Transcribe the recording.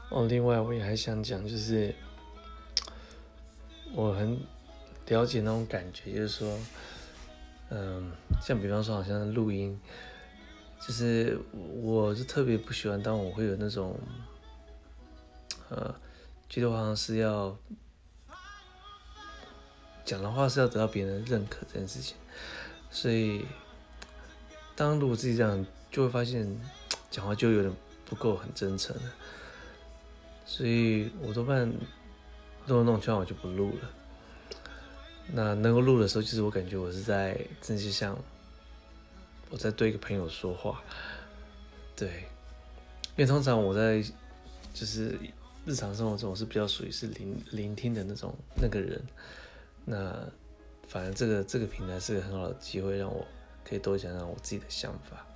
另外我也还想讲，就是我很了解那种感觉，就是说，像比方说，好像录音，就是我是特别不喜欢，当我会有那种，觉得我好像是要讲的话是要得到别人的认可这件事情，所以如果自己这样，就会发现讲话就有点不够很真诚了，所以我多半弄圈我就不录了。那能够录的时候，其实我感觉我是在真的像我在对一个朋友说话，对，因为通常我在就是日常生活中我是比较属于是聆听的那个人，那反而这个平台是个很好的机会，让我可以多讲讲我自己的想法。